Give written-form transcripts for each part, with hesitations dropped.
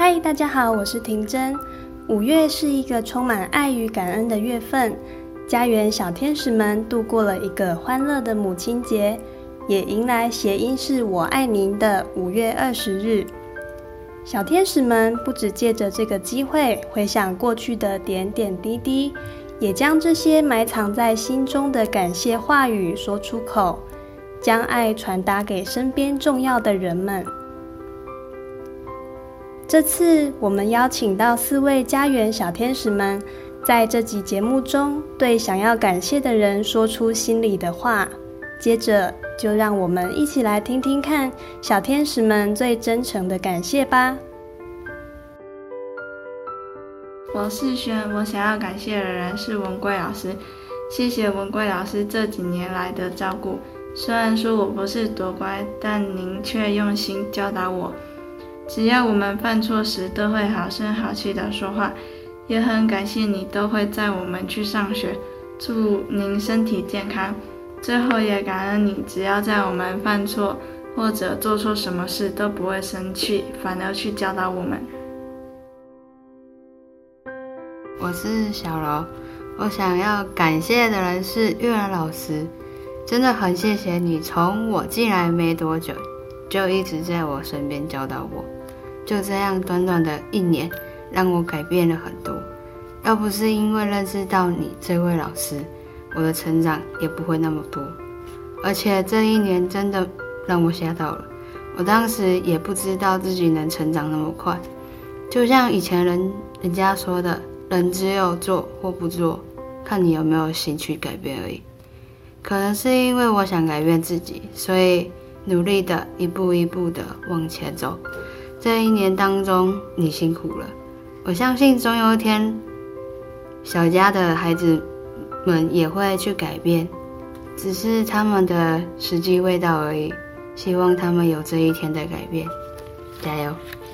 嗨，大家好，我是婷真。5月是一个充满爱与感恩的月份，家园小天使们度过了一个欢乐的母亲节，也迎来谐音是我爱您的5月20日。小天使们不只借着这个机会回想过去的点点滴滴，也将这些埋藏在心中的感谢话语说出口，将爱传达给身边重要的人们。这次我们邀请到4位家园小天使们，在这集节目中对想要感谢的人说出心里的话。接着就让我们一起来听听看小天使们最真诚的感谢吧。 我是璇，我想要感谢的人是文贵老师，谢谢文贵老师这几年来的照顾。虽然说我不是多乖，但您却用心教导我。只要我们犯错时，都会好声好气的说话，也很感谢你都会载我们去上学，祝您身体健康。最后也感恩你，只要在我们犯错或者做错什么事都不会生气，反而去教导我们。 我是小柔，我想要感谢的人是玉儿老师，真的很谢谢你，从我进来没多久就一直在我身边教导我，就这样短短的1年让我改变了很多。要不是因为认识到你这位老师，我的成长也不会那么多。而且这1年真的让我吓到了，我当时也不知道自己能成长那么快。就像以前人家说的，人只有做或不做，看你有没有心去改变而已。可能是因为我想改变自己，所以努力的一步一步的往前走。这1年当中你辛苦了，我相信总有一天小家的孩子们也会去改变，只是他们的时机未到而已。希望他们有这一天的改变，加油。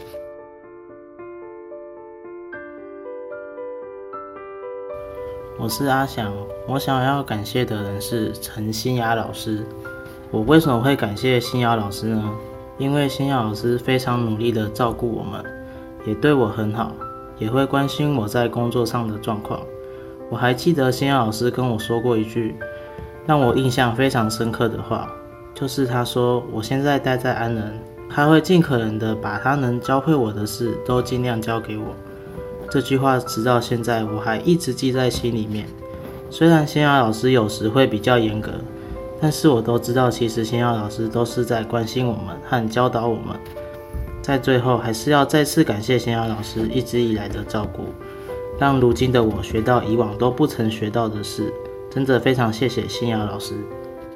我是阿翔，我想要感谢的人是陈新雅老师。我为什么会感谢新雅老师呢？因为新雅老师非常努力的照顾我们，也对我很好，也会关心我在工作上的状况。我还记得新雅老师跟我说过一句让我印象非常深刻的话，就是他说我现在待在安仁，他会尽可能的把他能教会我的事都尽量教给我。这句话直到现在我还一直记在心里面。虽然新雅老师有时会比较严格，但是我都知道其实新雅老师都是在关心我们和教导我们。在最后还是要再次感谢新雅老师一直以来的照顾，让如今的我学到以往都不曾学到的事，真的非常谢谢新雅老师。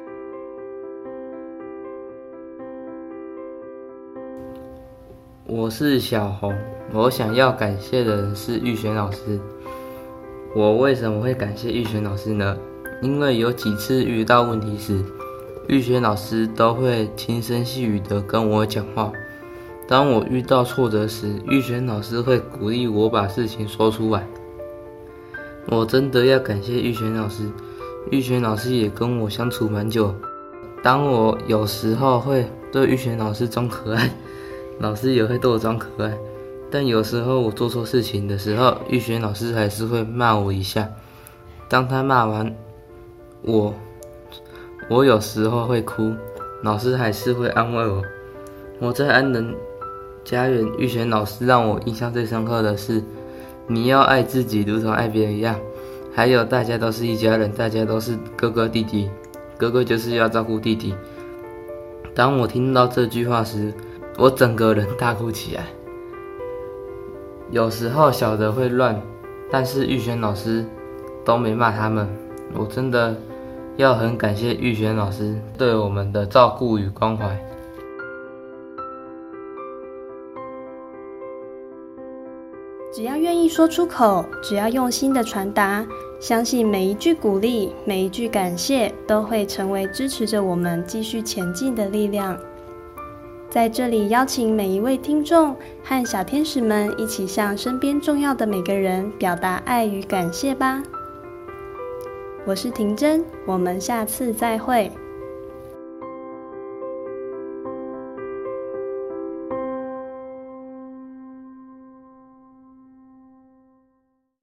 我是小红，我想要感谢的人是玉璇老师。我为什么会感谢玉璇老师呢？因为有几次遇到问题时，玉璇老师都会轻声细语的跟我讲话。当我遇到挫折时，玉璇老师会鼓励我把事情说出来。我真的要感谢玉璇老师，玉璇老师也跟我相处蛮久。当我有时候会对玉璇老师装可爱，老师也会对我装可爱，但有时候我做错事情的时候，玉璇老师还是会骂我一下。当他骂完我有时候会哭，老师还是会安慰我。我在安仁家园，玉璇老师让我印象最深刻的是，你要爱自己如同爱别人一样，还有大家都是一家人，大家都是哥哥弟弟，哥哥就是要照顾弟弟。当我听到这句话时，我整个人大哭起来。有时候小的会乱，但是玉璇老师都没骂他们。我真的要很感谢玉璇老师对我们的照顾与关怀。 只要愿意说出口，只要用心的传达，相信每一句鼓励，每一句感谢都会成为支持着我们继续前进的力量。在这里邀请每一位听众和小天使们一起向身边重要的每个人表达爱与感谢吧。我是婷真，我们下次再会。